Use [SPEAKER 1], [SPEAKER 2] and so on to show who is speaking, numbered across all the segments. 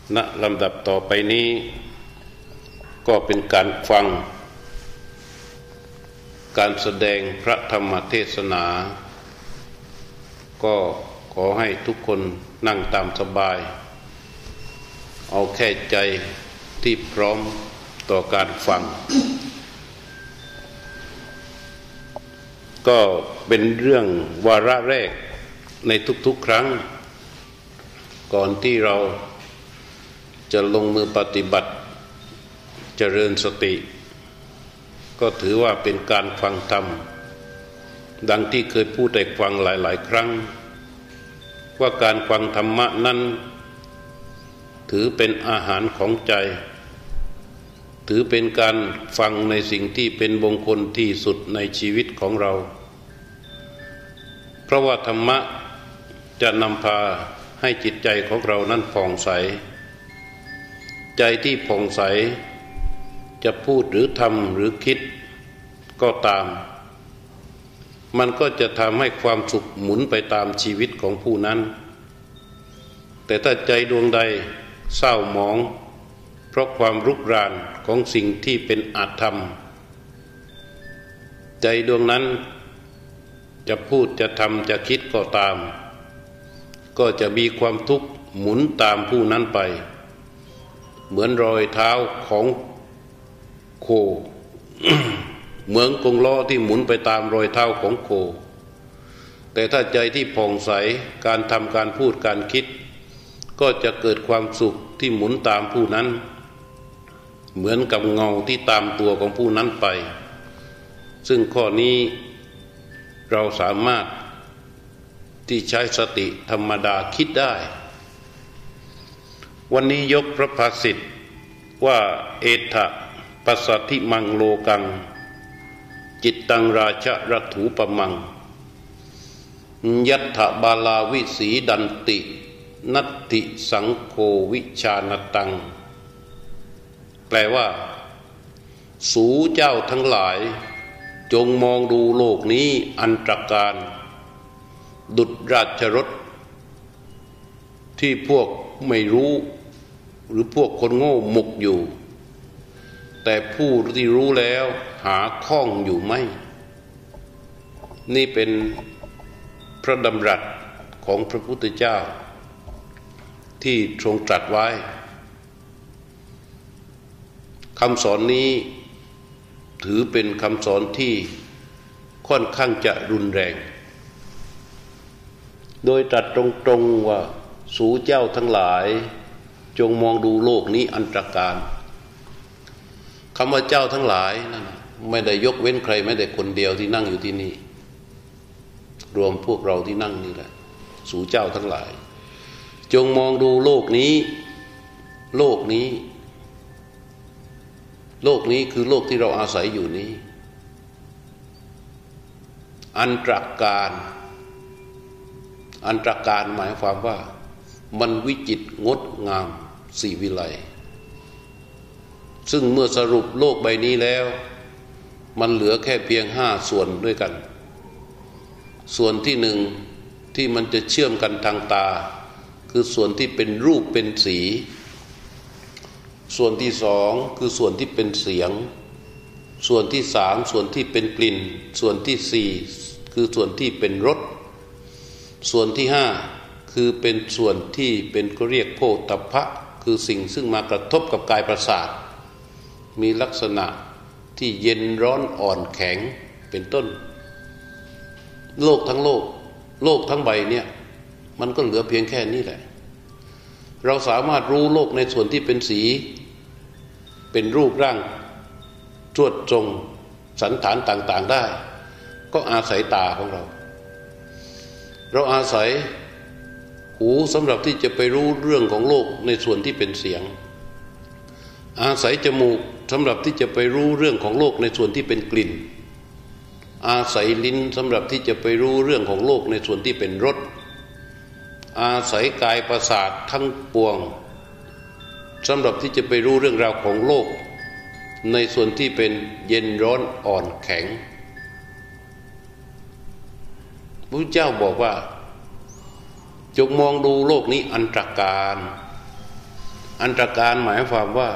[SPEAKER 1] ณลำดับต่อไปนี้ก็เป็นการฟังการแสดงพระธรรมเทศนาก็ขอให้ทุกคนนั่งตามสบายเอาแค่ใจที่พร้อมต่อการฟังก็เป็นเรื่องวาระแรกในทุกๆครั้งก่อนที่เราจะลงมือปฏิบัติเจริญสติก็ถือว่าเป็นการฟังธรรมดังที่เคยพูดให้ฟังหลายๆครั้งว่าการฟังธรรมะนั้นถือเป็นอาหารของใจถือเป็นการฟังในสิ่งที่เป็นมงคลที่สุดในชีวิตของเราเพราะว่าธรรมะจะนำพาให้จิตใจของเรานั้นผ่องใสใจที่ผ่องใสจะพูดหรือทำหรือคิดก็ตามมันก็จะทำให้ความสุขหมุนไปตามชีวิตของผู้นั้นแต่ถ้าใจดวงใดเศร้าหมองเพราะความรุกรานของสิ่งที่เป็นอธรรมใจดวงนั้นจะพูดจะทำจะคิดก็ตามก็จะมีความทุกข์หมุนตามผู้นั้นไปเหมือนรอยเท้าของโค เหมือนกงล้อที่หมุนไปตามรอยเท้าของโคแต่ถ้าใจที่ผ่องใสการทำการพูดการคิดก็จะเกิดความสุขที่หมุนตามผู้นั้นเหมือนกับเงาที่ตามตัวของผู้นั้นไปซึ่งข้อนี้เราสามารถที่ใช้สติธรรมดาคิดได้วันนี้ยกพระภาษิตว่าเอถะปัสสัทธิมังโลกังจิตตังราชรัถูปมังยัตถบาลาวิสีดันตินัตติสังโฆวิชานตังแปลว่าสู่เจ้าทั้งหลายจงมองดูโลกนี้อันตรการดุจราชรถที่พวกไม่รู้หรือพวกคนโง่หมกอยู่แต่ผู้ที่รู้แล้วหาข้องอยู่ไหมนี่เป็นพระดำรัสของพระพุทธเจ้าที่ทรงตรัสไว้คำสอนนี้ถือเป็นคำสอนที่ค่อนข้างจะรุนแรงโดยตรัสตรงๆว่าสู่เจ้าทั้งหลายจงมองดูโลกนี้อันตรการคำว่าเจ้าทั้งหลายนั่นไม่ได้ยกเว้นใครไม่ได้คนเดียวที่นั่งอยู่ที่นี่รวมพวกเราที่นั่งนี่แหละสู่เจ้าทั้งหลายจงมองดูโลกนี้โลกนี้คือโลกที่เราอาศัยอยู่นี้อันตรการหมายความว่ามันวิจิตรงดงามสีวิไลซึ่งเมื่อสรุปโลกใบนี้แล้วมันเหลือแค่เพียง5ส่วนด้วยกันส่วนที่1ที่มันจะเชื่อมกันทางตาคือส่วนที่เป็นรูปเป็นสีส่วนที่2คือส่วนที่เป็นเสียงส่วนที่3ส่วนที่เป็นกลิ่นส่วนที่4คือส่วนที่เป็นรสส่วนที่5คือเป็นส่วนที่เป็นก็เรียกโภฏฐัพพะคือสิ่งซึ่งมากระทบกับกายประสาทมีลักษณะที่เย็นร้อนอ่อนแข็งเป็นต้นโลกทั้งโลกทั้งใบเนี่ยมันก็เหลือเพียงแค่นี้แหละเราสามารถรู้โลกในส่วนที่เป็นสีเป็นรูปร่างตรวจตรงสันฐานต่างๆได้ก็อาศัยตาของเราอาศัยหูสำหรับที่จะไปรู้เรื่องของโลกในส่วนที่เป็นเสียงอาศัยจมูกสำหรับที่จะไปรู้เรื่องของโลกในส่วนที่เป็นกลิ่นอาศัยลิ้นสำหรับที่จะไปรู้เรื่องของโลกในส่วนที่เป็นรสอาศัยกายประสาททั้งปวงสำหรับที่จะไปรู้เรื่องราวของโลกในส่วนที่เป็นเย็นร้อนอ่อนแข็งพระเจ้าบอกว่าจงมองดูโลกนี้อันตรการอันตรการหมายความว่า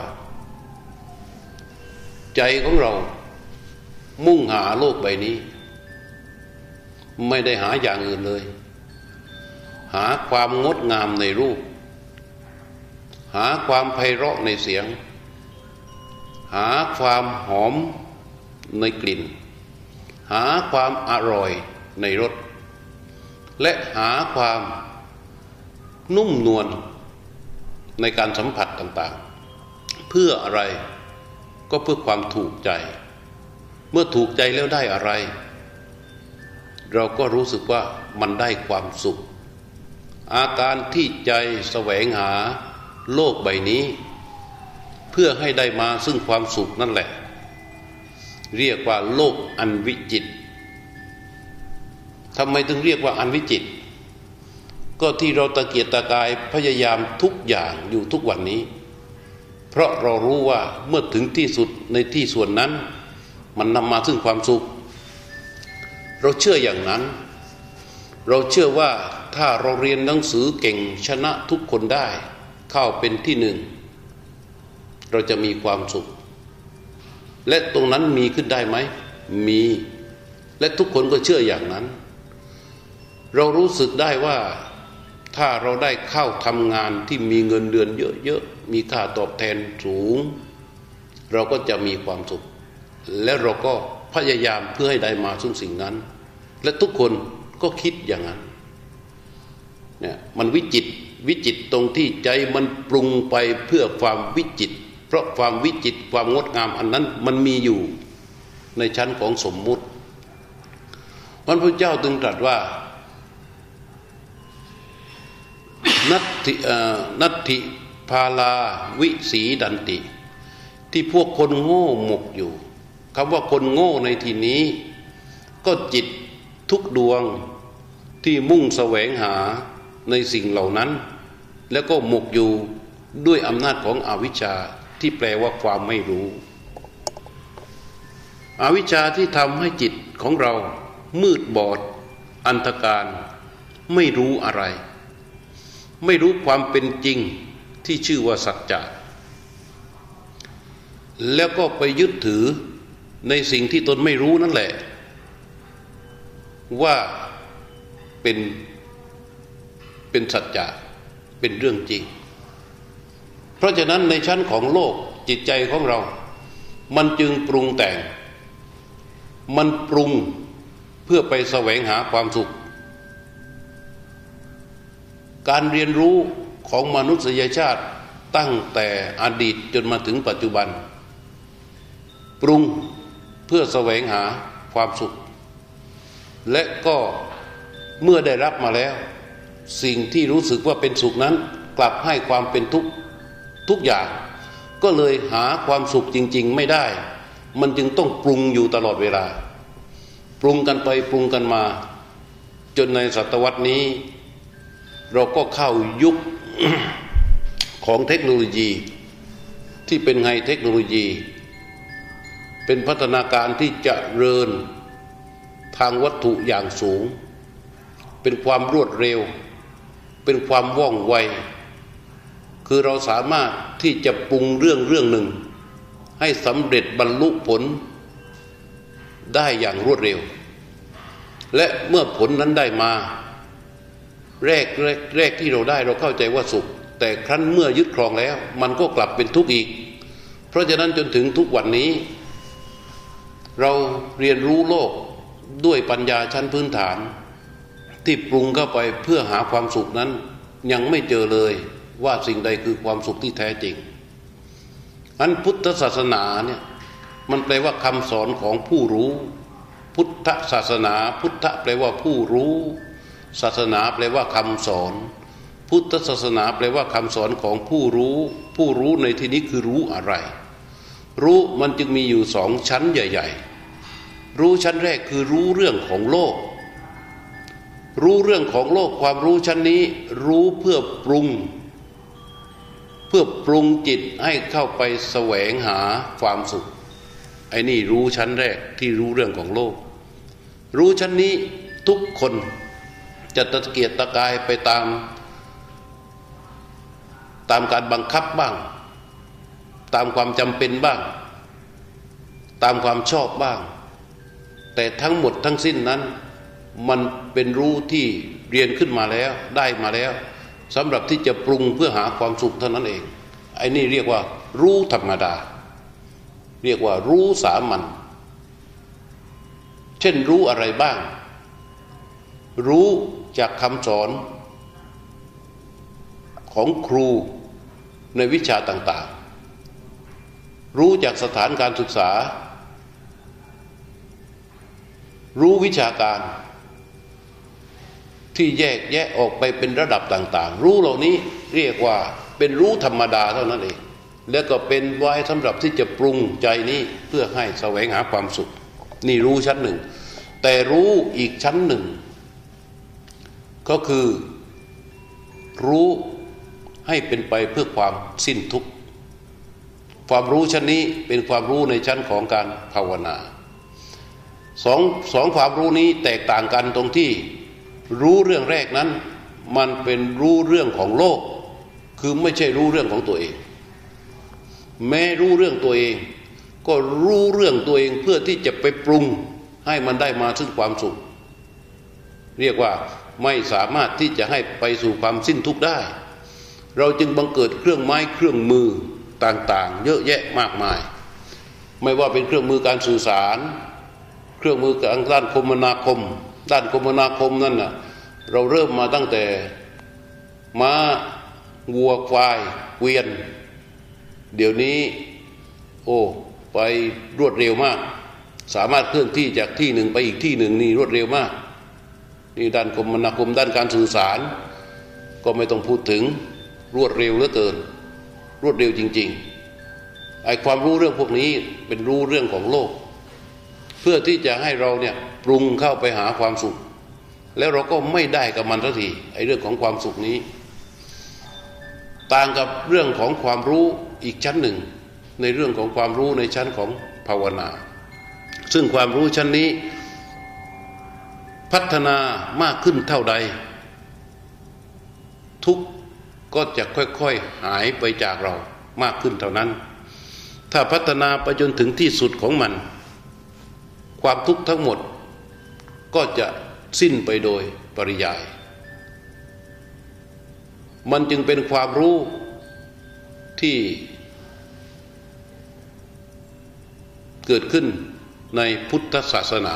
[SPEAKER 1] ใจของเรามุ่งหาโลกใบนี้ไม่ได้หาอย่างอื่นเลยหาความงดงามในรูปหาความไพเราะในเสียงหาความหอมในกลิ่นหาความอร่อยในรสและหาความนุ่มนวลในการสัมผัสต่างๆเพื่ออะไรก็เพื่อความถูกใจเมื่อถูกใจแล้วได้อะไรเราก็รู้สึกว่ามันได้ความสุขอาการที่ใจแสวงหาโลกใบนี้เพื่อให้ได้มาซึ่งความสุขนั่นแหละเรียกว่าโลกอันวิจิตรทำไมถึงเรียกว่าอันวิจิตรก็ที่เราตะเกียกตะกายพยายามทุกอย่างอยู่ทุกวันนี้เพราะเรารู้ว่าเมื่อถึงที่สุดในที่ส่วนนั้นมันนำมาซึ่งความสุขเราเชื่ออย่างนั้นเราเชื่อว่าถ้าเราเรียนหนังสือเก่งชนะทุกคนได้เข้าเป็นที่หนึ่งเราจะมีความสุขและตรงนั้นมีขึ้นได้ไหมมีและทุกคนก็เชื่ออย่างนั้นเรารู้สึกได้ว่าถ้าเราได้เข้าทำงานที่มีเงินเดือนเยอะๆมีค่าตอบแทนสูงเราก็จะมีความสุขและเราก็พยายามเพื่อให้ได้มาซึ่งสิ่งนั้นและทุกคนก็คิดอย่างนั้นเนี่ยมันวิจิตรตรงที่ใจมันปรุงไปเพื่อความวิจิตรเพราะความวิจิตรความงดงามอันนั้นมันมีอยู่ในชั้นของสมมุติพระพุทธเจ้าจึงตรัสว่านัตถิภาลาวิสีดันติที่พวกคนโง่หมกอยู่คำว่าคนโง่ในที่นี้ก็จิตทุกดวงที่มุ่งแสวงหาในสิ่งเหล่านั้นแล้วก็หมกอยู่ด้วยอำนาจของอวิชชาที่แปลว่าความไม่รู้อวิชชาที่ทำให้จิตของเรามืดบอดอันธการไม่รู้อะไรไม่รู้ความเป็นจริงที่ชื่อว่าสัจจะแล้วก็ไปยึดถือในสิ่งที่ตนไม่รู้นั่นแหละว่าเป็นสัจจะเป็นเรื่องจริงเพราะฉะนั้นในชั้นของโลกจิตใจของเรามันจึงปรุงแต่งมันปรุงเพื่อไปแสวงหาความสุขการเรียนรู้ของมนุษยชาติตั้งแต่อดีตจนมาถึงปัจจุบันปรุงเพื่อแสวงหาความสุขและก็เมื่อได้รับมาแล้วสิ่งที่รู้สึกว่าเป็นสุขนั้นกลับให้ความเป็นทุกข์ทุกอย่างก็เลยหาความสุขจริงๆไม่ได้มันจึงต้องปรุงอยู่ตลอดเวลาปรุงกันไปปรุงกันมาจนในศตวรรษนี้เราก็เข้ายุค ของเทคโนโลยีที่เป็นไฮเทคโนโลยีเป็นพัฒนาการที่เจริญทางวัตถุอย่างสูงเป็นความรวดเร็วเป็นความว่องไวคือเราสามารถที่จะปรุงเรื่องหนึ่งให้สำเร็จบรรลุผลได้อย่างรวดเร็วและเมื่อผลนั้นได้มาแรกที่เราได้เราเข้าใจว่าสุขแต่ครั้นเมื่อยึดครองแล้วมันก็กลับเป็นทุกข์อีกเพราะฉะนั้นจนถึงทุกวันนี้เราเรียนรู้โลกด้วยปัญญาชั้นพื้นฐานที่ปรุงเข้าไปเพื่อหาความสุขนั้นยังไม่เจอเลยว่าสิ่งใดคือความสุขที่แท้จริงอันพุทธศาสนาเนี่ยมันแปลว่าคำสอนของผู้รู้พุทธศาสนาพุทธแปลว่าผู้รู้ศาสนาแปลว่าคำสอนพุทธศาสนาแปลว่าคำสอนของผู้รู้ผู้รู้ในที่นี้คือรู้อะไรรู้มันจึงมีอยู่สองชั้นใหญ่ๆรู้ชั้นแรกคือรู้เรื่องของโลกรู้เรื่องของโลกความรู้ชั้นนี้รู้เพื่อปรุงจิตให้เข้าไปแสวงหาความสุขไอ้นี่รู้ชั้นแรกที่รู้เรื่องของโลกรู้ชั้นนี้ทุกคนจะตะเกียกตะกายไปตตามการบังคับบ้างตามความจำเป็นบ้างตามความชอบบ้างแต่ทั้งหมดทั้งสิ้นนั้นมันเป็นรู้ที่เรียนขึ้นมาแล้วได้มาแล้วสำหรับที่จะปรุงเพื่อหาความสุขเท่านั้นเองไอ้นี่เรียกว่ารู้ธรรมดาเรียกว่ารู้สามัญเช่นรู้อะไรบ้างรู้จากคำสอนของครูในวิชาต่างๆรู้จากสถานการศึกษารู้วิชาการที่แยกแยะออกไปเป็นระดับต่างๆรู้เหล่านี้เรียกว่าเป็นรู้ธรรมดาเท่านั้นเองแล้วก็เป็นไว้สำหรับที่จะปรุงใจนี้เพื่อให้แสวงหาความสุขนี่รู้ชั้นหนึ่งแต่รู้อีกชั้นหนึ่งก็คือรู้ให้เป็นไปเพื่อความสิ้นทุกข์ความรู้ชั้นนี้เป็นความรู้ในชั้นของการภาวนาสองความรู้นี้แตกต่างกันตรงที่รู้เรื่องแรกนั้นมันเป็นรู้เรื่องของโลกคือไม่ใช่รู้เรื่องของตัวเองแม้รู้เรื่องตัวเองก็รู้เรื่องตัวเองเพื่อที่จะไปปรุงให้มันได้มาซึ่งความสุขเรียกว่าไม่สามารถที่จะให้ไปสู่ความสิ้นทุกข์ได้เราจึงบังเกิดเครื่องไม้เครื่องมือต่างๆเยอะแยะมากมายไม่ว่าเป็นเครื่องมือการสื่อสารเครื่องมือการด้านคมนาคมด้านคมนาคมนั่นน่ะเราเริ่มมาตั้งแต่ม้าวัวควายเกวียนเดี๋ยวนี้ไปรวดเร็วมากสามารถเคลื่อนที่จากที่หนึ่งไปอีกที่หนึ่งนี่รวดเร็วมากนี่ด้านคมนาคมด้านการสื่อสารก็ไม่ต้องพูดถึงรวดเร็วเหลือเกินรวดเร็วจริงๆไอ้ความรู้เรื่องพวกนี้เป็นรู้เรื่องของโลกเพื่อที่จะให้เราเนี่ยปรุงเข้าไปหาความสุขแล้วเราก็ไม่ได้กับมันสักทีไอ้เรื่องของความสุขนี้ต่างกับเรื่องของความรู้อีกชั้นหนึ่งในเรื่องของความรู้ในชั้นของภาวนาซึ่งความรู้ชั้นนี้พัฒนามากขึ้นเท่าใดทุกข์ก็จะค่อยๆหายไปจากเรามากขึ้นเท่านั้นถ้าพัฒนาไปจนถึงที่สุดของมันความทุกข์ทั้งหมดก็จะสิ้นไปโดยปริยายมันจึงเป็นความรู้ที่เกิดขึ้นในพุทธศาสนา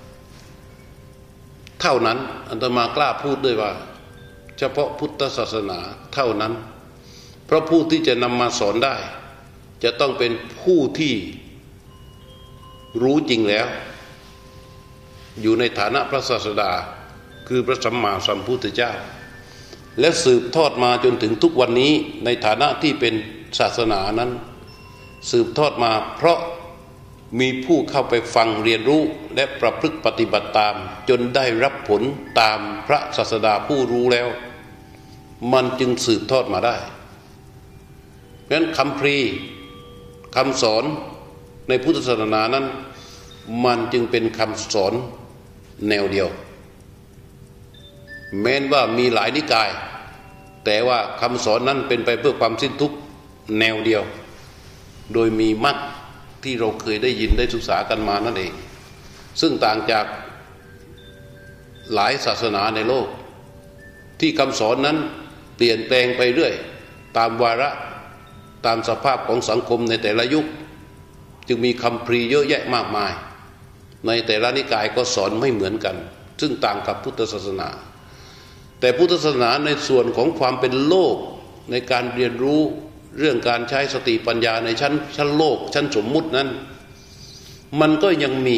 [SPEAKER 1] เท่านั้นอาตมากล้าพูดด้วยว่าเฉพาะพุทธศาสนาเท่านั้นเพราะผู้ที่จะนำมาสอนได้จะต้องเป็นผู้ที่รู้จริงแล้วอยู่ในฐานะพระศาสดาคือพระสัมมาสัมพุทธเจ้าและสืบทอดมาจนถึงทุกวันนี้ในฐานะที่เป็นศาสนานั้นสืบทอดมาเพราะมีผู้เข้าไปฟังเรียนรู้และประพฤติปฏิบัติตามจนได้รับผลตามพระศาสดาผู้รู้แล้วมันจึงสืบทอดมาได้เพราะฉะนั้นคำพรีคำสอนในพุทธศาสนานั้นมันจึงเป็นคำสอนแนวเดียวแม้ว่ามีหลายนิกายแต่ว่าคำสอนนั้นเป็นไปเพื่อความสิ้นทุกข์แนวเดียวโดยมีมรรคที่เราเคยได้ยินได้ศึกษากันมานั่นเองซึ่งต่างจากหลายศาสนาในโลกที่คำสอนนั้นเปลี่ยนแปลงไปเรื่อยตามวาระตามสภาพของสังคมในแต่ละยุคจึงมีคำพรีเยอะแยะมากมายในแต่ละนิกายก็สอนไม่เหมือนกันซึ่งต่างกับพุทธศาสนาแต่พุทธศาสนาในส่วนของความเป็นโลกในการเรียนรู้เรื่องการใช้สติปัญญาในชั้นโลกชั้นสมมุตินั้นมันก็ยังมี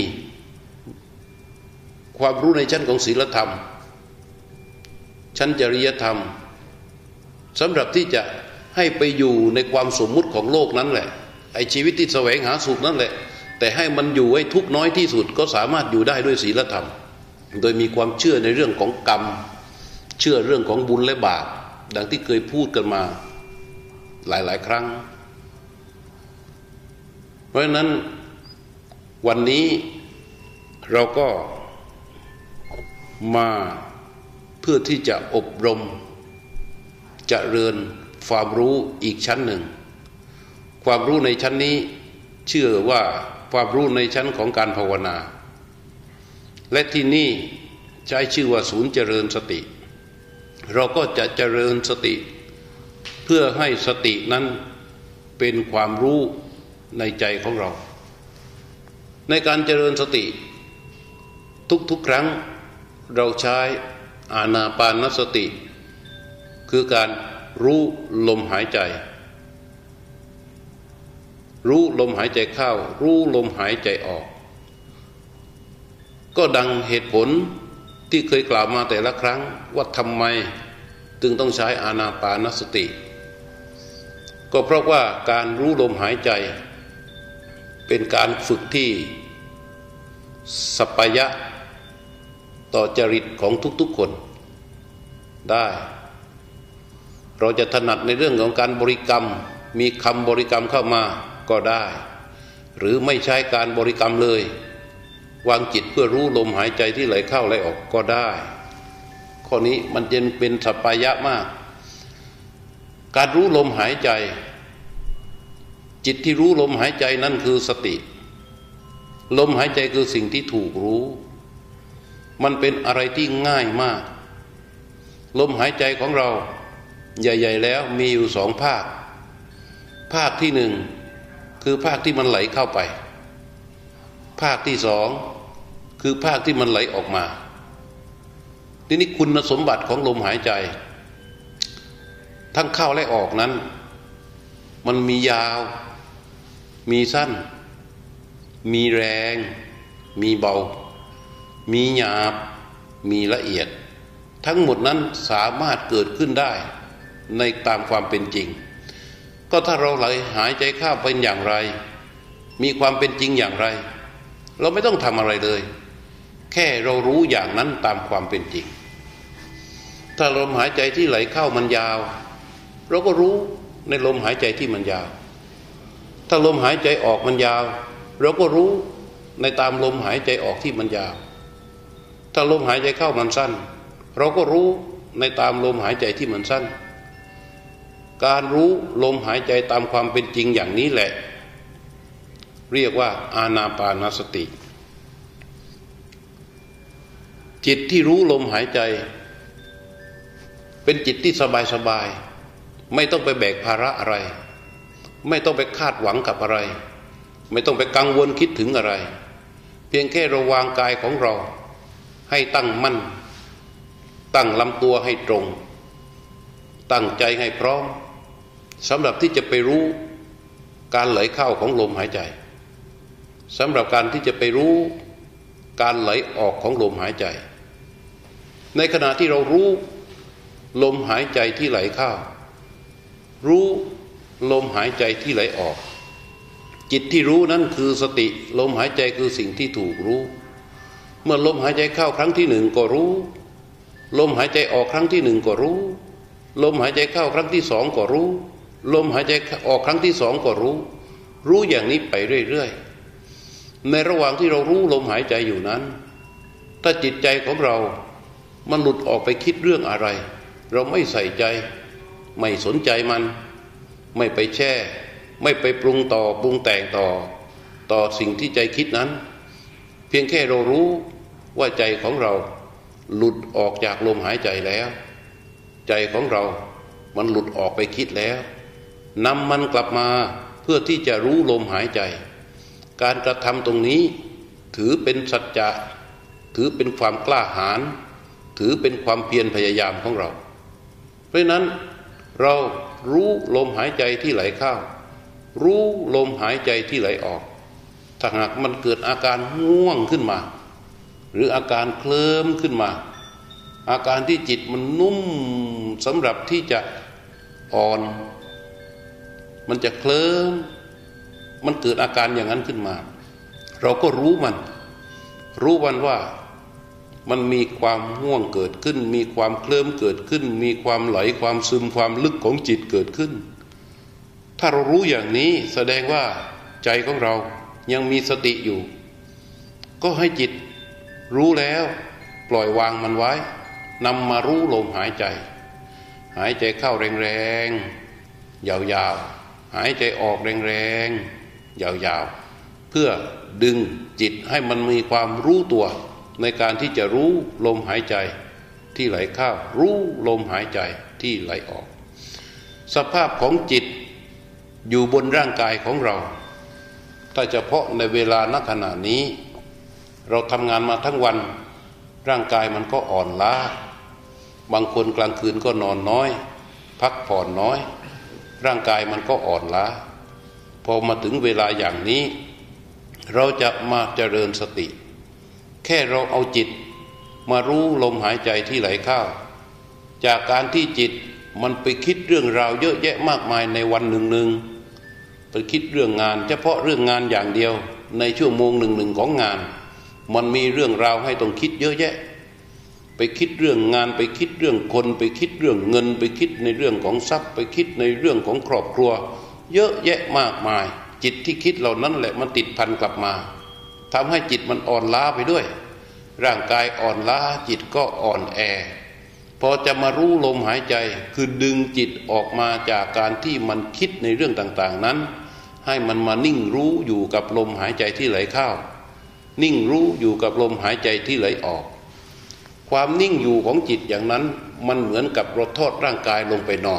[SPEAKER 1] ความรู้ในชั้นของศีลธรรมชั้นจริยธรรมสำหรับที่จะให้ไปอยู่ในความสมมุติของโลกนั้นแหละไอ้ชีวิตที่แสวงหาสุขนั่นแหละแต่ให้มันอยู่ให้ทุกข์น้อยที่สุดก็สามารถอยู่ได้ด้วยศีลธรรมโดยมีความเชื่อในเรื่องของกรรมเชื่อเรื่องของบุญและบาปดังที่เคยพูดกันมาหลายๆครั้งเพราะฉะนั้นวันนี้เราก็มาเพื่อที่จะอบรมเจริญความรู้อีกชั้นหนึ่งความรู้ในชั้นนี้เชื่อว่าความรู้ในชั้นของการภาวนาและที่นี่ใช้ชื่อว่าศูนย์เจริญสติเราก็จะเจริญสติเพื่อให้สตินั้นเป็นความรู้ในใจของเราในการเจริญสติทุกครั้งเราใช้อานาปานสติคือการรู้ลมหายใจรู้ลมหายใจเข้ารู้ลมหายใจออกก็ดังเหตุผลที่เคยกล่าวมาแต่ละครั้งว่าทำไมจึงต้องใช้อานาปานสติก็เพราะว่าการรู้ลมหายใจเป็นการฝึกที่สัปปายะต่อจริตของทุกๆคนได้เราจะถนัดในเรื่องของการบริกรรมมีคำบริกรรมเข้ามาก็ได้หรือไม่ใช้การบริกรรมเลยวางจิตเพื่อรู้ลมหายใจที่ไหลเข้าไหลออกก็ได้ข้อนี้มันจะเป็นสัปปายะมากการรู้ลมหายใจจิตที่รู้ลมหายใจนั่นคือสติลมหายใจคือสิ่งที่ถูกรู้มันเป็นอะไรที่ง่ายมากลมหายใจของเราใหญ่ๆแล้วมีอยู่สองภาคภาคที่หนึ่งคือภาคที่มันไหลเข้าไปภาคที่สองคือภาคที่มันไหลออกมาทีนี้คุณสมบัติของลมหายใจทั้งเข้าและออกนั้นมันมียาวมีสั้นมีแรงมีเบามีหยาบมีละเอียดทั้งหมดนั้นสามารถเกิดขึ้นได้ในตามความเป็นจริงก็ถ้าเราไหลหายใจเข้าเป็นอย่างไรมีความเป็นจริงอย่างไรเราไม่ต้องทำอะไรเลยแค่เรารู้อย่างนั้นตามความเป็นจริงถ้าลมหายใจที่ไหลเข้ามันยาวเราก็รู้ในลมหายใจที่มันยาวถ้าลมหายใจออกมันยาวเราก็รู้ในตามลมหายใจออกที่มันยาวถ้าลมหายใจเข้ามันสั้นเราก็รู้ในตามลมหายใจที่มันสั้นการรู้ลมหายใจตามความเป็นจริงอย่างนี้แหละเรียกว่าอานาปานสติจิตที่รู้ลมหายใจเป็นจิตที่สบายๆไม่ต้องไปแบกภาระอะไรไม่ต้องไปคาดหวังกับอะไรไม่ต้องไปกังวลคิดถึงอะไรเพียงแค่เราวางกายของเราให้ตั้งมั่นตั้งลำตัวให้ตรงตั้งใจให้พร้อมสำหรับที่จะไปรู้การไหลเข้าของลมหายใจสำหรับการที่จะไปรู้การไหลออกของลมหายใจในขณะที่เรารู้ลมหายใจที่ไหลเข้ารู้ลมหายใจที่ไหลออกจิตที่รู้นั้นคือสติลมหายใจคือสิ่งที่ถูกรู้เมื่อลมหายใจเข้าครั้งที่หนึ่งก็รู้ลมหายใจออกครั้งที่หนึ่งก็รู้ลมหายใจเข้าครั้งที่สองก็รู้ลมหายใจออกครั้งที่สองก็รู้อย่างนี้ไปเรื่อยๆในระหว่างที่เรารู้ลมหายใจอยู่นั้นถ้าจิตใจของเรามันหลุดออกไปคิดเรื่องอะไรเราไม่ใส่ใจไม่สนใจมันไม่ไปแช่ไม่ไปปรุงต่อปรุงแต่งต่อสิ่งที่ใจคิดนั้นเพียงแค่เรารู้ว่าใจของเราหลุดออกจากลมหายใจแล้วใจของเรามันหลุดออกไปคิดแล้วนำมันกลับมาเพื่อที่จะรู้ลมหายใจการกระทำตรงนี้ถือเป็นสัจจะถือเป็นความกล้าหาญถือเป็นความเพียรพยายามของเราเพราะนั้นเรารู้ลมหายใจที่ไหลเข้ารู้ลมหายใจที่ไหลออกถ้าหากมันเกิดอาการง่วงขึ้นมาหรืออาการเคลิ้มขึ้นมาอาการที่จิตมันนุ่มสำหรับที่จะอ่อนมันจะเคลิ้มมันเกิดอาการอย่างนั้นขึ้นมาเราก็รู้มันว่ามันมีความง่วงเกิดขึ้นมีความเคลิ้มเกิดขึ้นมีความไหลความซึมความลึกของจิตเกิดขึ้นถ้าเรารู้อย่างนี้แสดงว่าใจของเรายังมีสติอยู่ก็ให้จิตรู้แล้วปล่อยวางมันไว้นำมารู้ลมหายใจหายใจเข้าแรงยาวๆหายใจออกแรงๆยาวๆเพื่อดึงจิตให้มันมีความรู้ตัวในการที่จะรู้ลมหายใจที่ไหลเข้ารู้ลมหายใจที่ไหลออกสภาพของจิตอยู่บนร่างกายของเราถ้าเฉพาะในเวลาณขณะนี้เราทำงานมาทั้งวันร่างกายมันก็อ่อนล้าบางคนกลางคืนก็นอนน้อยพักผ่อนน้อยร่างกายมันก็อ่อนล้าพอมาถึงเวลาอย่างนี้เราจะมาเจริญสติแค่เราเอาจิตมารู้ลมหายใจที่ไหลเข้าจากการที่จิตมันไปคิดเรื่องราวเยอะแยะมากมายในวันหนึ่งไปคิดเรื่องงานเฉพาะเรื่องงานอย่างเดียวในชั่วโมงหนึ่งของงานมันมีเรื่องราวให้ต้องคิดเยอะแยะไปคิดเรื่องงานไปคิดเรื่องคนไปคิดเรื่องเงินไปคิดในเรื่องของทรัพย์ไปคิดในเรื่องของครอบครัวเยอะแยะมากมายจิตที่คิดเหล่านั้นแหละมันติดพันกลับมาทำให้จิตมันอ่อนล้าไปด้วยร่างกายอ่อนล้าจิตก็อ่อนแอพอจะมารู้ลมหายใจคือดึงจิตออกมาจากการที่มันคิดในเรื่องต่างๆนั้นให้มันมานิ่งรู้อยู่กับลมหายใจที่ไหลเข้านิ่งรู้อยู่กับลมหายใจที่ไหลออกความนิ่งอยู่ของจิตอย่างนั้นมันเหมือนกับเราทอดร่างกายลงไปนอน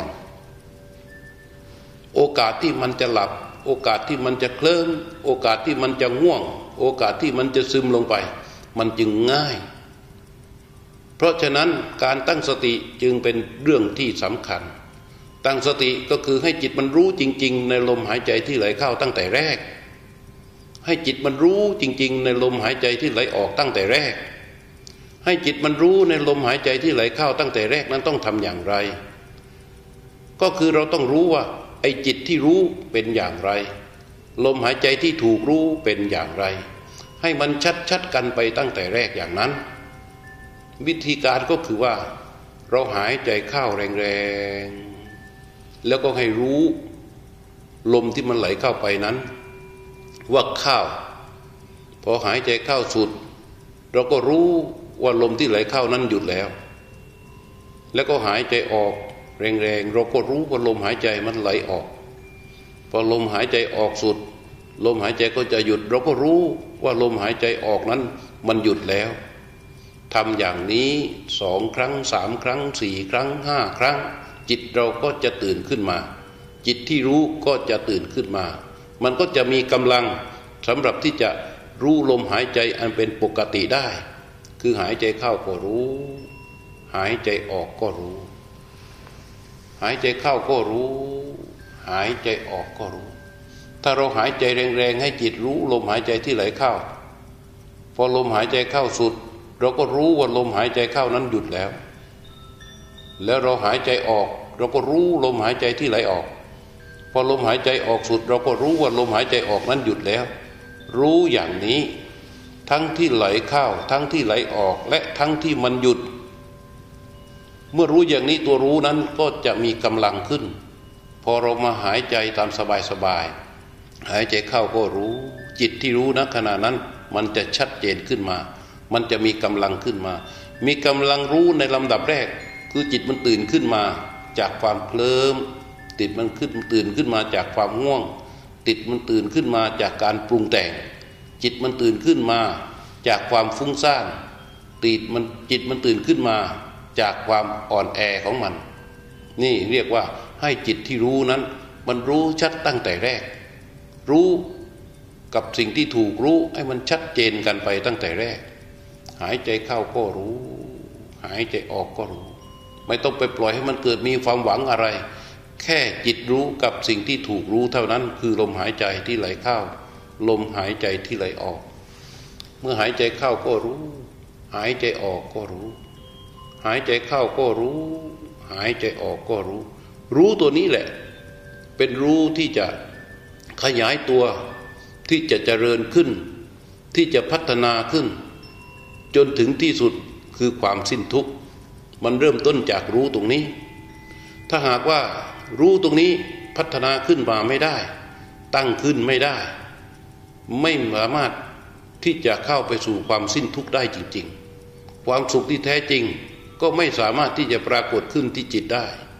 [SPEAKER 1] โอกาสที่มันจะหลับโอกาสที่มันจะเคลิ้มโอกาสที่มันจะง่วงโอกาสที่มันจะซึมลงไปมันจึงง่ายเพราะฉะนั้นการตั้งสติจึงเป็นเรื่องที่สำคัญตั้งสติก็คือให้จิตมันรู้จริงๆในลมหายใจที่ไหลเข้าตั้งแต่แรกให้จิตมันรู้จริงๆในลมหายใจที่ไหลออกตั้งแต่แรกให้จิตมันรู้ในลมหายใจที่ไหลเข้าตั้งแต่แรกนั้นต้องทำอย่างไรก็คือเราต้องรู้ว่าไอ้จิตที่รู้เป็นอย่างไรลมหายใจที่ถูกรู้เป็นอย่างไรให้มันชัดๆกันไปตั้งแต่แรกอย่างนั้นวิธีการก็คือว่าเราหายใจเข้าแรงๆแล้วก็ให้รู้ลมที่มันไหลเข้าไปนั้นว่าเข้าพอหายใจเข้าสุดเราก็รู้ว่าลมที่ไหลเข้านั้นหยุดแล้วแล้วก็หายใจออกแรงๆเราก็รู้ว่าลมหายใจมันไหลออกพอลมหายใจออกสุดลมหายใจก็จะหยุดเราก็รู้ว่าลมหายใจออกนั้นมันหยุดแล้วทำอย่างนี้2 ครั้ง3 ครั้ง4 ครั้ง5 ครั้งจิตเราก็จะตื่นขึ้นมาจิตที่รู้ก็จะตื่นขึ้นมามันก็จะมีกำลังสำหรับที่จะรู้ลมหายใจอันเป็นปกติได้คือหายใจเข้าก็รู้หายใจออกก็รู้หายใจเข้าก็รู้หายใจออกก็รู้ถ้าเราหายใจแรงๆให้จิตรู้ลมหายใจที่ไหลเข้าพอลมหายใจเข้าสุดเราก็รู้ว่าลมหายใจเข้านั้นหยุดแล้วแล้วเราหายใจออกเราก็รู้ลมหายใจที่ไหลออกพอลมหายใจออกสุดเราก็รู้ว่าลมหายใจออกนั้นหยุดแล้วรู้อย่างนี้ทั้งที่ไหลเข้าทั้งที่ไหลออกและทั้งที่มันหยุดเมื่อรู้อย่างนี้ตัวรู้นั้นก็จะมีกำลังขึ้นพอเรามาหายใจตามสบายๆหายใจเข้าก็รู้จิตที่รู้ณขณะนั้นมันจะชัดเจนขึ้นมามันจะมีกำลังขึ้นมามีกำลังรู้ในลำดับแรกคือจิตมันตื่นขึ้นมาจากความเคลิ้มจิตมันตื่นขึ้นมาจากความง่วงจิตมันตื่นขึ้นมาจากการปรุงแต่งจิตมันตื่นขึ้นมาจากความฟุ้งซ่านจิตมันตื่นขึ้นมาจากความอ่อนแอของมันนี่เรียกว่าให้จิตที่รู้นั้นมันรู้ชัดตั้งแต่แรกรู้กับสิ่งที่ถูกรู้ให้มันชัดเจนกันไปตั้งแต่แรกหายใจเข้าก็รู้หายใจออกก็รู้ไม่ต้องไปปล่อยให้มันเกิดมีความหวังอะไรแค่จิตรู้กับสิ่งที่ถูกรู้เท่านั้นคือลมหายใจที่ไหลเข้าลมหายใจที่ไหลออกเมื่อหายใจเข้าก็รู้หายใจออกก็รู้หายใจเข้าก็รู้หายใจออกก็รู้รู้ตัวนี้แหละเป็นรู้ที่จะขยายตัวที่จะเจริญขึ้นที่จะพัฒนาขึ้นจนถึงที่สุดคือความสิ้นทุกข์มันเริ่มต้นจากรู้ตรงนี้ถ้าหากว่ารู้ตรงนี้พัฒนาขึ้นมาไม่ได้ตั้งขึ้นไม่ได้ไม่สามารถที่จะเข้าไปสู่ความสิ้นทุกข์ได้จริงๆความสุขที่แท้จริงก็ไม่สามารถที่จะปรากฏขึ้นที่จิตได้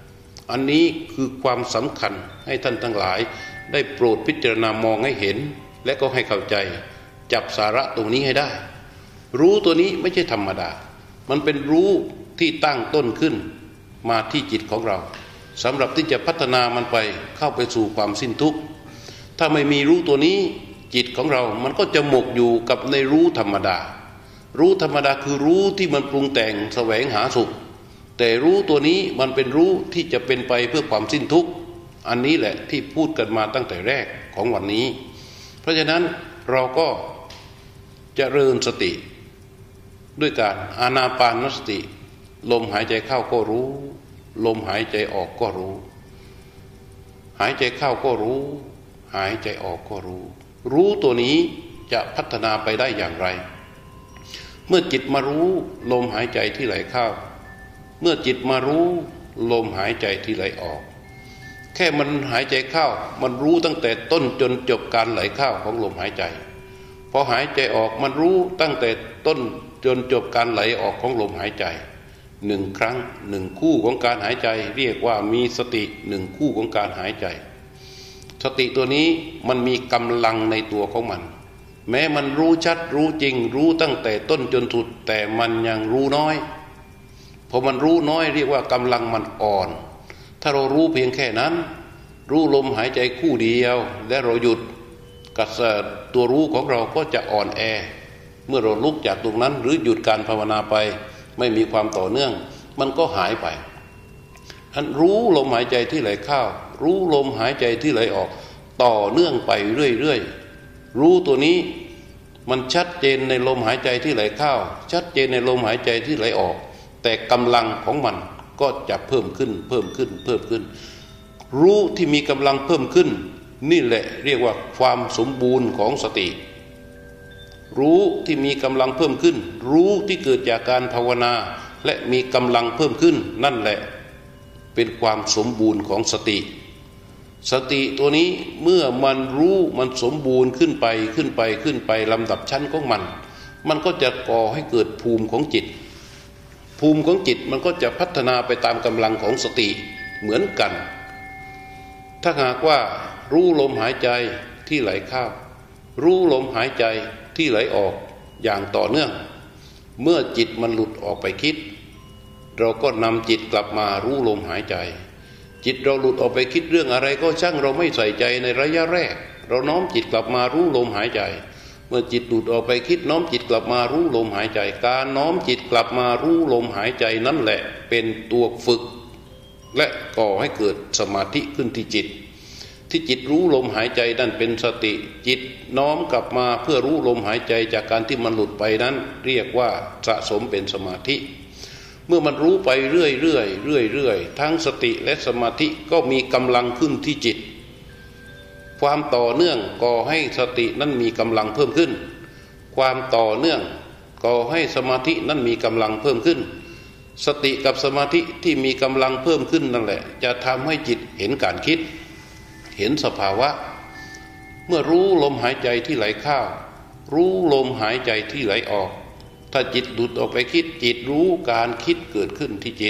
[SPEAKER 1] อันนี้คือความสำคัญให้ท่านทั้งหลายได้โปรดพิจารณามองให้เห็นและก็ให้เข้าใจจับสาระตรงนี้ให้ได้รู้ตัวนี้ไม่ใช่ธรรมดามันเป็นรู้ที่ตั้งต้นขึ้นมาที่จิตของเราสำหรับที่จะพัฒนามันไปเข้าไปสู่ความสิ้นทุกข์ถ้าไม่มีรู้ตัวนี้จิตของเรามันก็จะหมกอยู่กับในรู้ธรรมดารู้ธรรมดาคือรู้ที่มันปรุงแต่งแสวงหาสุขแต่รู้ตัวนี้มันเป็นรู้ที่จะเป็นไปเพื่อความสิ้นทุกข์อันนี้แหละที่พูดกันมาตั้งแต่แรกของวันนี้เพราะฉะนั้นเราก็เจริญสติด้วยการอานาปานสติลมหายใจเข้าก็รู้ลมหายใจออกก็รู้หายใจเข้าก็รู้หายใจออกก็รู้รู้ตัวนี้จะพัฒนาไปได้อย่างไรเมื่อจิตมารู้ลมหายใจที่ไหลเข้าเมื่อจิตมารู้ลมหายใจที่ไหลออกแค่มันหายใจเข้ามันรู้ตั้งแต่ต้นจนจบการไหลเข้าของลมหายใจพอหายใจออกมันรู้ตั้งแต่ต้นจนจบการไหลออกของลมหายใจหนึ่งครั้งหนึ่งคู่ของการหายใจเรียกว่ามีสติหนึ่งคู่ของการหายใจสติตัวนี้มันมีกำลังในตัวของมันแม้มันรู้ชัดรู้จริงรู้ตั้งแต่ต้นจนสุดแต่มันยังรู้น้อยพอมันรู้น้อยเรียกว่ากำลังมันอ่อนถ้าเรารู้เพียงแค่นั้นรู้ลมหายใจคู่เดียวและเราหยุดกับตัวรู้ของเราก็จะอ่อนแอเมื่อเราลุกจากตรงนั้นหรือหยุดการภาวนาไปไม่มีความต่อเนื่องมันก็หายไปท่านรู้ลมหายใจที่ไหลเข้ารู้ลมหายใจที่ไหลออกต่อเนื่องไปเรื่อยๆรู้ตัวนี้มันชัดเจนในลมหายใจที่ไหลเข้าชัดเจนในลมหายใจที่ไหลออกแต่กำลังของมันก็จะเพิ่มขึ้นเพิ่มขึ้นเพิ่มขึ้นรู้ที่มีกำลังเพิ่มขึ้นนี่แหละเรียกว่าความสมบูรณ์ของสติรู้ที่มีกำลังเพิ่มขึ้นรู้ที่เกิดจากการภาวนาและมีกำลังเพิ่มขึ้นนั่นแหละเป็นความสมบูรณ์ของสติสติตัวนี้เมื่อมันรู้มันสมบูรณ์ขึ้นไปขึ้นไปขึ้นไปลำดับชั้นของมันก็จะก่อให้เกิดภูมิของจิตภูมิของจิตมันก็จะพัฒนาไปตามกำลังของสติเหมือนกันถ้าหากว่ารู้ลมหายใจที่ไหลเข้ารู้ลมหายใจที่ไหลออกอย่างต่อเนื่องเมื่อจิตมันหลุดออกไปคิดเราก็นำจิตกลับมารู้ลมหายใจจิตเราหลุดออกไปคิดเรื่องอะไรก็ช่างเราไม่ใส่ใจในระยะแรกเราน้อมจิตกลับมารู้ลมหายใจเมื่อจิตหลุดออกไปคิดน้อมจิตกลับมารู้ลมหายใจการน้อมจิตกลับมารู้ลมหายใจนั่นแหละเป็นตัวฝึกและก่อให้เกิดสมาธิขึ้นที่จิตที่จิตรู้ลมหายใจนั่นเป็นสติจิตน้อมกลับมาเพื่อรู้ลมหายใจจากการที่มันหลุดไปนั้นเรียกว่าสะสมเป็นสมาธิเมื่อมันรู้ไปเรื่อยทั้งสติและสมาธิก็มีกำลังขึ้นที่จิตความต่อเนื่องก่อให้สตินั้นมีกำลังเพิ่มขึ้นความต่อเนื่องก่อให้สมาธินั้นมีกำลังเพิ่มขึ้นสติกับสมาธิที่มีกำลังเพิ่มขึ้นนั่นแหละจะทำให้จิตเห็นการคิดเห็นสภาวะเมื่อรู้ลมหายใจที่ไหลเข้ารู้ลมหายใจที่ไหลออกถ้าจิตหลุดออกไปคิดจิตรู้การคิดเกิดขึ้นที่จิต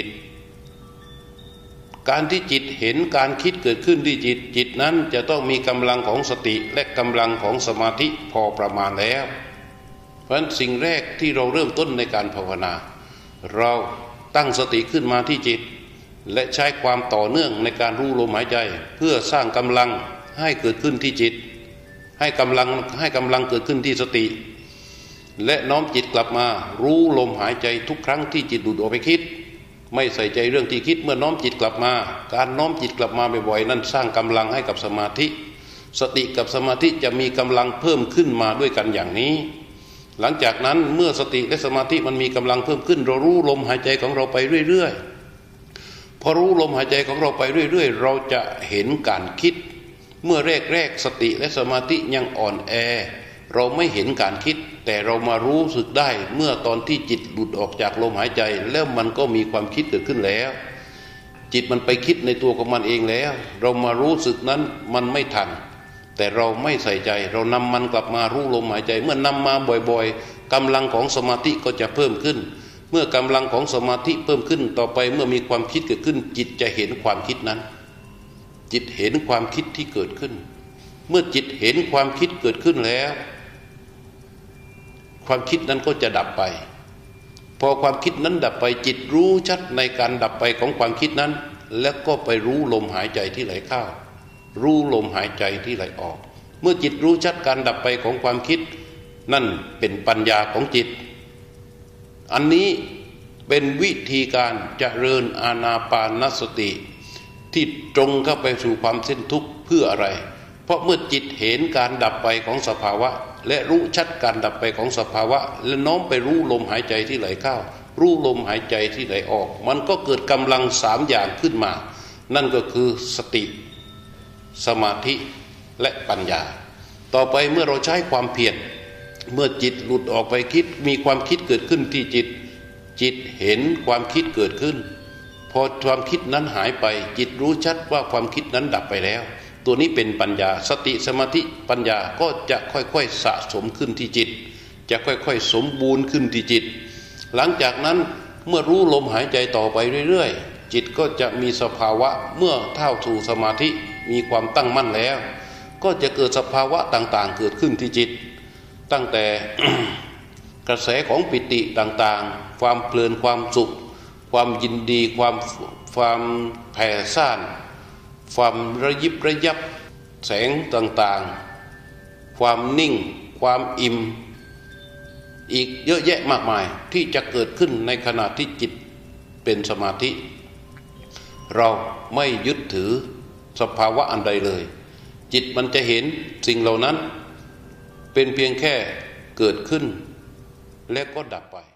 [SPEAKER 1] การที่จิตเห็นการคิดเกิดขึ้นที่จิตจิตนั้นจะต้องมีกำลังของสติและกำลังของสมาธิพอประมาณแล้วเพราะฉะนั้นสิ่งแรกที่เราเริ่มต้นในการภาวนาเราตั้งสติขึ้นมาที่จิตและใช้ความต่อเนื่องในการรู้ลมหายใจเพื่อสร้างกำลังให้เกิดขึ้นที่จิตให้กำลังเกิดขึ้นที่สติและน้อมจิตกลับมารู้ลมหายใจทุกครั้งที่จิตหลุดออกไปคิดไม่ใส่ใจเรื่องที่คิดเมื่อน้อมจิตกลับมาการน้อมจิตกลับมาบ่อยๆนั้นสร้างกำลังให้กับสมาธิสติกับสมาธิจะมีกำลังเพิ่มขึ้นมาด้วยกันอย่างนี้หลังจากนั้นเมื่อสติและสมาธิมันมีกำลังเพิ่มขึ้นเรารู้ลมหายใจของเราไปเรื่อยๆพอรู้ลมหายใจของเราไปเรื่อยๆเราจะเห็นการคิดเมื่อแรกๆสติและสมาธิยังอ่อนแอเราไม่เห็นการคิดแต่เรามารู้สึกได้เมื่อตอนที่จิตหลุดออกจากลมหายใจแล้วมันก็มีความคิดเกิดขึ้นแล้วจิตมันไปคิดในตัวของมันเองแล้วเรามารู้สึกนั้นมันไม่ทันแต่เราไม่ใส่ใจเรานำมันกลับมารู้ลมหายใจเมื่อนำมาบ่อยๆกำลังของสมาธิก็จะเพิ่มขึ้นเมื่อกำลังของสมาธิเพิ่มขึ้นต่อไปเมื่อมีความคิดเกิดขึ้นจิตจะเห็นความคิดนั้นจิตเห็นความคิดที่เกิดขึ้นเมื่อจิตเห็นความคิดเกิดขึ้นแล้วความคิดนั้นก็จะดับไปพอความคิดนั้นดับไปจิตรู้ชัดในการดับไปของความคิดนั้นแล้วก็ไปรู้ลมหายใจที่ไหลเข้ารู้ลมหายใจที่ไหลออกเมื่อจิตรู้ชัดการดับไปของความคิดนั่นเป็นปัญญาของจิตอันนี้เป็นวิธีการเจริญอานาปานสติที่ตรงเข้าไปสู่ความสิ้นทุกข์เพื่ออะไรเพราะเมื่อจิตเห็นการดับไปของสภาวะและรู้ชัดการดับไปของสภาวะและน้อมไปรู้ลมหายใจที่ไหลเข้ารู้ลมหายใจที่ไหลออกมันก็เกิดกำลัง3อย่างขึ้นมานั่นก็คือสติสมาธิและปัญญาต่อไปเมื่อเราใช้ความเพียรเมื่อจิตหลุดออกไปคิดมีความคิดเกิดขึ้นที่จิตเห็นความคิดเกิดขึ้นพอความคิดนั้นหายไปจิตรู้ชัดว่าความคิดนั้นดับไปแล้วตัวนี้เป็นปัญญาสติสมาธิปัญญาก็จะค่อยๆสะสมขึ้นที่จิตจะค่อยๆสมบูรณ์ขึ้นที่จิตหลังจากนั้นเมื่อรู้ลมหายใจต่อไปเรื่อยๆจิตก็จะมีสภาวะเมื่อเท่าสู่สมาธิมีความตั้งมั่นแล้วก็จะเกิดสภาวะต่างๆเกิดขึ้นที่จิตตั้งแต่ กระแสของปิติต่างๆความเพลินความสุขความยินดีความแผ่ซ่านความระยิบระยับแสงต่างๆความนิ่งความอิ่มอีกเยอะแยะมากมายที่จะเกิดขึ้นในขณะที่จิตเป็นสมาธิเราไม่ยึดถือสภาวะอันใดเลยจิตมันจะเห็นสิ่งเหล่านั้นเป็นเพียงแค่เกิดขึ้นและก็ดับไป